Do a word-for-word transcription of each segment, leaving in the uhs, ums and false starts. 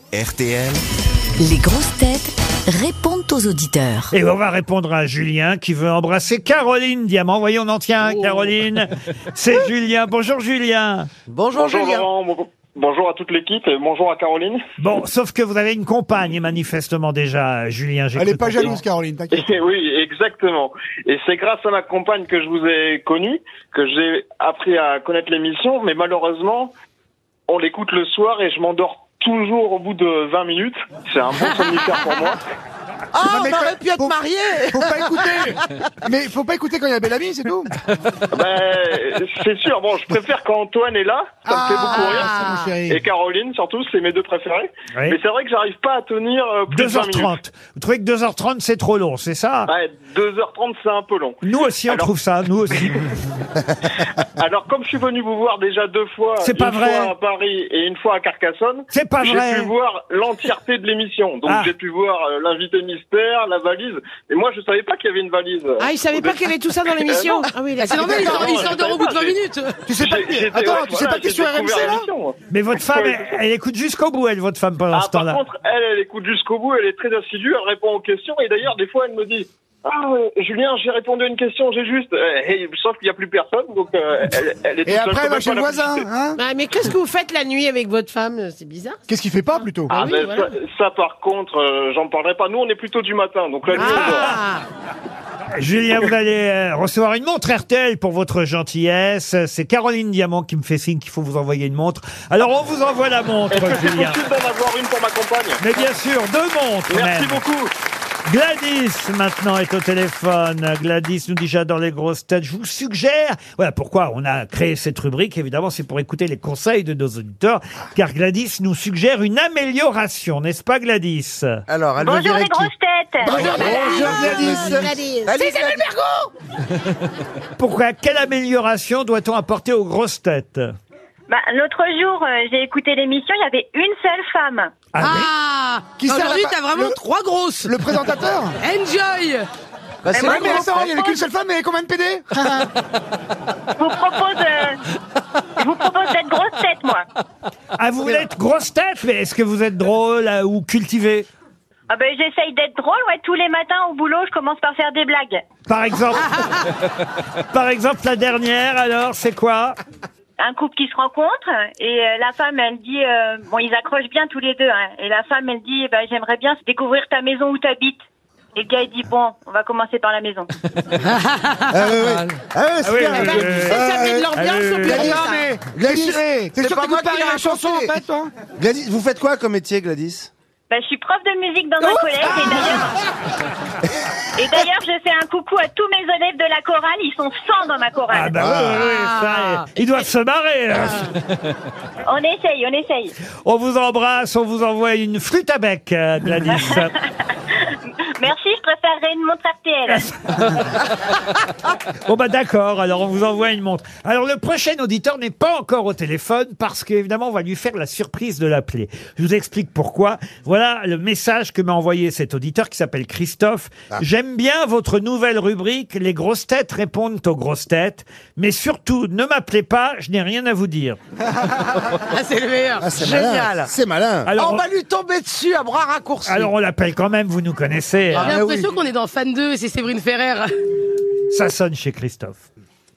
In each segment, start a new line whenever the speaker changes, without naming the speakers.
R T L.
Les grosses têtes répondent aux auditeurs.
Et on va répondre à Julien qui veut embrasser Caroline Diamant. Voyons, on en tient, oh. Caroline. C'est Julien. Bonjour Julien.
Bonjour,
bonjour
Julien.
Laurent, bonjour à toute l'équipe et bonjour à Caroline.
Bon, sauf que vous avez une compagne manifestement déjà, Julien.
Elle n'est pas jalouse, Caroline, t'inquiète.
Oui, exactement. Et c'est grâce à ma compagne que je vous ai connu, que j'ai appris à connaître l'émission, mais malheureusement, on l'écoute le soir et je m'endors toujours au bout de vingt minutes. C'est un bon somnifère pour moi.
Ah,
non,
on aurait pu être
faut,
mariés.
Faut pas écouter. Mais faut pas écouter quand il y a Bellamy, c'est tout.
Ben, c'est sûr. Bon, je préfère quand Antoine est là. Ça
ah,
me fait beaucoup rire.
Ah, mon chéri.
Et Caroline, surtout, c'est mes deux préférés. Oui. Mais c'est vrai que j'arrive pas à tenir euh, plus
deux heures
de vingt minutes.
trente. Vous trouvez que deux heures trente, c'est trop long, c'est ça?
Ouais, deux heures trente, c'est un peu long.
Nous aussi, on
Alors...
trouve ça. Nous aussi.
Alors, comme je suis venu vous voir déjà deux fois,
c'est pas
une
vrai.
fois à Paris et une fois à Carcassonne,
c'est pas vrai.
J'ai pu voir l'entièreté de l'émission. Donc, ah. j'ai pu voir euh, l'invité mystère, la valise. Et moi, je savais pas qu'il y avait une valise.
Ah, il savait pas qu'il y avait tout ça dans l'émission.
Ah oui, c'est normal, il s'endort au bout de vingt minutes.
Tu sais pas, attends, tu sais pas que sur R M C là?
Mais votre femme, elle, elle écoute jusqu'au bout, elle, votre femme, pendant
ah,
ce temps-là.
Par contre, elle, elle écoute jusqu'au bout, elle est très assidue, elle répond aux questions. Et d'ailleurs, des fois, elle me dit... Ah, euh, Julien, j'ai répondu à une question, j'ai juste... Euh, hey, sauf qu'il n'y a plus personne, donc euh, elle, elle est toute
Et
seule.
après, elle va chez le voisin, hein?
Bah, mais qu'est-ce que vous faites la nuit avec votre femme? C'est bizarre.
Qu'est-ce qu'il fait pas, plutôt?
Ah,
ah oui,
ben,
voilà.
ça, ça, par contre, euh, j'en parlerai pas. Nous, on est plutôt du matin, donc la nuit,
ah.
Julien, vous allez euh, recevoir une montre R T L pour votre gentillesse. C'est Caroline Diamant qui me fait signe qu'il faut vous envoyer une montre. Alors, on vous envoie la montre,
Est-ce que c'est
Julien.
possible d'en avoir une pour ma compagne?
Mais bien sûr, deux montres.
Merci
même.
beaucoup.
Gladys, maintenant, est au téléphone. Gladys nous dit, j'adore les grosses têtes. Je vous suggère... Voilà pourquoi on a créé cette rubrique. Évidemment, c'est pour écouter les conseils de nos auditeurs. Car Gladys nous suggère une amélioration. N'est-ce pas, Gladys?
Alors, elle
Bonjour
veut virer
les grosses têtes.
Bonjour, Bonjour Gladys.
Gladys.
C'est
Isabelle
Mergo.
Pourquoi? Quelle amélioration doit-on apporter aux grosses têtes?
Bah, l'autre jour, euh, j'ai écouté l'émission, il y avait une seule femme.
Ah,
Ah,
Qui
aujourd'hui,
sert la-
t'as vraiment
le-
trois grosses.
Le présentateur.
Enjoy.
Bah, c'est
moi,
vrai, mais
je
attends,
vous
il y avait qu'une seule femme et combien de P D?
Je vous propose, euh, je vous propose d'être grosse tête, moi.
Ah, vous voulez être grosse tête, mais est-ce que vous êtes drôle euh, ou cultivé?
Ah ben, j'essaye d'être drôle, ouais. Tous les matins au boulot, je commence par faire des blagues.
Par exemple, par exemple, la dernière, alors, c'est quoi?
Un couple qui se rencontre et euh, la femme, elle dit, euh, bon, ils accrochent bien tous les deux, hein, et la femme, elle dit, bah, j'aimerais bien découvrir ta maison où t'habites. Et le gars, il dit, bon, on va commencer par la maison.
Ah ouais, ouais. Ah ouais, c'est
oui,
bien.
oui, oui, oui.
Ça met de l'ambiance
Ah oui,
au
oui,
bureau,
Gladys,
ça.
mais Gladys,
C'est
t'es sûr
pas
que
moi
tu parles
qui l'ai
la chanson, en
inventé.
fait, toi?
Gladys, vous faites quoi comme métier, Gladys?
Bah, je suis prof de musique dans un collège et d'ailleurs, et d'ailleurs, je fais un coucou à tous mes élèves de la chorale. Ils sont cent dans ma chorale.
Ah bah oui, oui, oui, ça, ils doivent se marrer. Là.
On essaye, on essaye.
On vous embrasse, on vous envoie une flûte à bec, euh, Gladys.
Merci, je préférerais une montre R T L.
Bon bah d'accord, alors on vous envoie une montre. Alors le prochain auditeur n'est pas encore au téléphone parce qu'évidemment on va lui faire la surprise de l'appeler. Je vous explique pourquoi. Voilà le message que m'a envoyé cet auditeur qui s'appelle Christophe.
Ah.
J'aime bien votre nouvelle rubrique, les grosses têtes répondent aux grosses têtes, mais surtout ne m'appelez pas, je n'ai rien à vous dire.
Ah, c'est le meilleur.
Ah, c'est
Génial.
malin. C'est malin.
Alors,
On va lui tomber dessus à bras raccourcis.
alors on l'appelle quand même, vous nous connaissez. hein.
J'ai
Ah,
l'impression
oui.
qu'on est dans Fan deux et c'est Séverine Ferrer.
Ça sonne chez Christophe.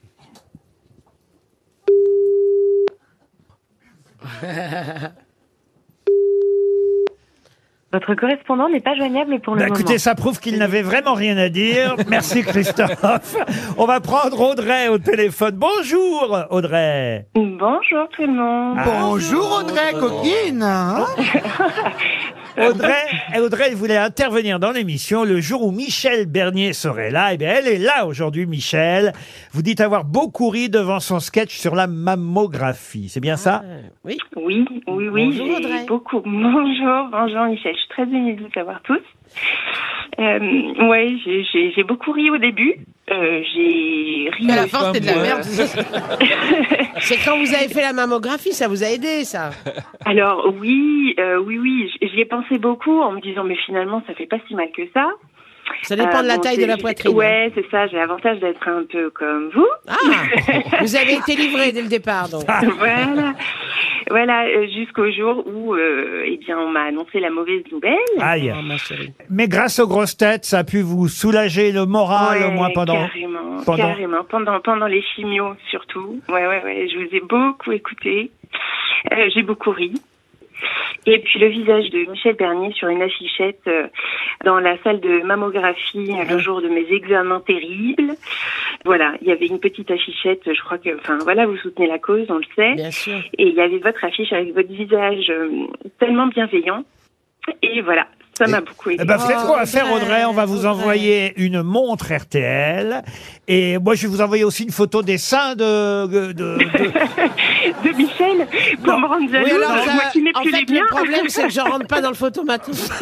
Votre correspondant n'est pas joignable pour le
Bah,
moment.
écoutez, ça prouve qu'il n'avait vraiment rien à dire. Merci Christophe. On va prendre Audrey au téléphone. Bonjour Audrey.
Bonjour tout le monde.
Bonjour Audrey, coquine. hein?
Audrey, Audrey elle voulait intervenir dans l'émission le jour où Michel Bernier serait là. Et bien, elle est là aujourd'hui, Michel. Vous dites avoir beaucoup ri devant son sketch sur la mammographie. C'est bien ça?
Oui.
Oui, oui, oui,
Bonjour,
j'ai
Audrey.
beaucoup. Bonjour, bonjour Michel, je suis très émue de vous savoir tous. Euh, ouais, j'ai, j'ai, j'ai beaucoup ri au début. Euh, j'ai ri.
Mais à la fin, c'était de la merde.
C'est quand vous avez fait la mammographie, ça vous a aidé, ça?
Alors oui, euh, oui, oui, j- j'y ai pensé beaucoup en me disant mais finalement ça fait pas si mal que ça.
Ça dépend de la
bon,
taille
c'est-
de la poitrine.
Ouais, c'est ça. J'ai l'avantage d'être un peu comme vous.
Ah, vous avez été livré dès le départ, donc.
Voilà. Voilà, euh, jusqu'au jour où, euh, eh bien, on m'a annoncé la mauvaise nouvelle.
Aïe.
Oh, ma chérie.
Mais grâce aux grosses têtes, ça a pu vous soulager le moral,
Ouais,
au moins pendant...
Carrément,
pendant-
carrément. Pendant, pendant les chimios, surtout. Ouais, ouais, ouais. Je vous ai beaucoup écouté. Euh, j'ai beaucoup ri. Et puis le visage de Michel Bernier sur une affichette euh, dans la salle de mammographie euh, le jour de mes examens terribles. Voilà, il y avait une petite affichette, je crois que, enfin voilà, vous soutenez la cause, on le sait.
Bien sûr.
Et il y avait votre affiche avec votre visage euh, tellement bienveillant. Et voilà, ça m'a beaucoup aidé.
Eh ben, vous savez ce qu'on va faire,
Audrey,
Audrey? On va vous
Audrey.
envoyer une montre R T L. Et moi, je vais vous envoyer aussi une photo des seins de... de, de-
De Michel, pour me rendre jaloux,
Oui, alors,
moi
ça-
qui n'ai
en
plus
fait,
les biens.
le problème, c'est que je rentre pas dans le photomaton.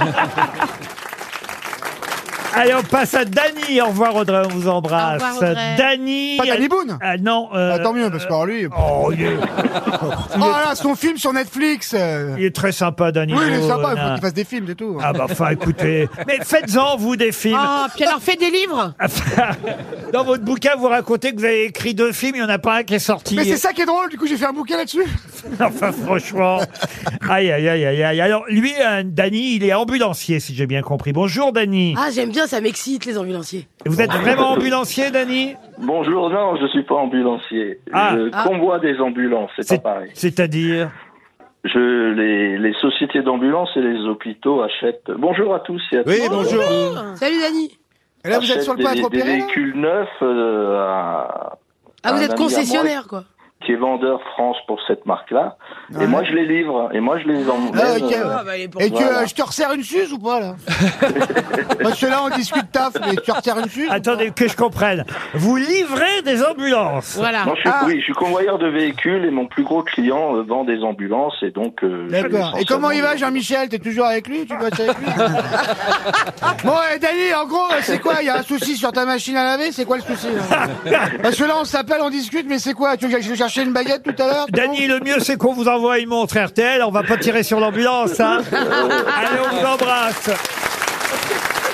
Allez, on passe à Dany. Au revoir, Audrey, on vous embrasse.
Au revoir, Audrey.
Dany...
Pas Danny Boone.
Ah non. euh,
Ah, tant mieux, parce que alors lui.
Oh, il est,
Oh là, son film sur Netflix. euh.
il est très sympa, Dany.
Oui, il est
Boone.
sympa, il faut qu'il fasse des films, c'est tout.
Ah bah enfin, écoutez. Mais faites-en, vous, des films.
Ah, puis alors, fait des livres.
Dans votre bouquin, vous racontez que vous avez écrit deux films, il n'y en a pas un qui est sorti.
Mais c'est ça qui est drôle, du coup j'ai fait un bouquin là-dessus.
Enfin, franchement. Aïe, aïe, aïe, aïe, aïe. Alors, lui, euh, Dany, il est ambulancier, si j'ai bien compris. Bonjour, Dany.
Ah, j'aime bien, ça m'excite, les ambulanciers.
Vous êtes vraiment ambulancier, Dany?
Bonjour, non, je suis pas ambulancier.
Ah.
je
Ah.
convoie des ambulances, c'est
C'est-
pas pareil.
C'est-à-dire?
Je, les, les sociétés d'ambulance et les hôpitaux achètent. Bonjour à tous et à
Oui,
toutes.
bonjour.
Salut, Dany.
Et là vous êtes
Achètent
sur le point
des,
d'être
des
opéré là
véhicules neufs euh, à,
Ah,
à
vous
un
êtes
ami à moi
concessionnaire, quoi.
qui est vendeur France pour cette marque-là.
Ouais.
Et moi, je les livre. Et moi, je les emmène.
Ah, ok.
euh,
Ah, bah, elle est pour
Et que
Voilà.
euh, je te resserre une suze ou pas là? Parce que là on discute taf, mais tu resserres une suze?
Attendez, que je comprenne. Vous livrez des ambulances.
Voilà.
Moi, je suis,
Ah.
oui, je suis convoyeur de véhicules et mon plus gros client euh, vend des ambulances et donc. euh,
D'accord.
je-
Et comment il va Jean-Michel? T'es toujours avec lui? Tu bosses avec lui? Bon, et Dany, en gros, c'est quoi? Il y a un souci sur ta machine à laver? C'est quoi le souci là? Parce que là on s'appelle, on discute, mais c'est quoi? Tu veux que j'aille chercher une baguette tout à l'heure?
Dany, le mieux, c'est qu'on vous envoie une montre R T L. On va pas tirer sur l'ambulance, hein. Allez, on vous embrasse.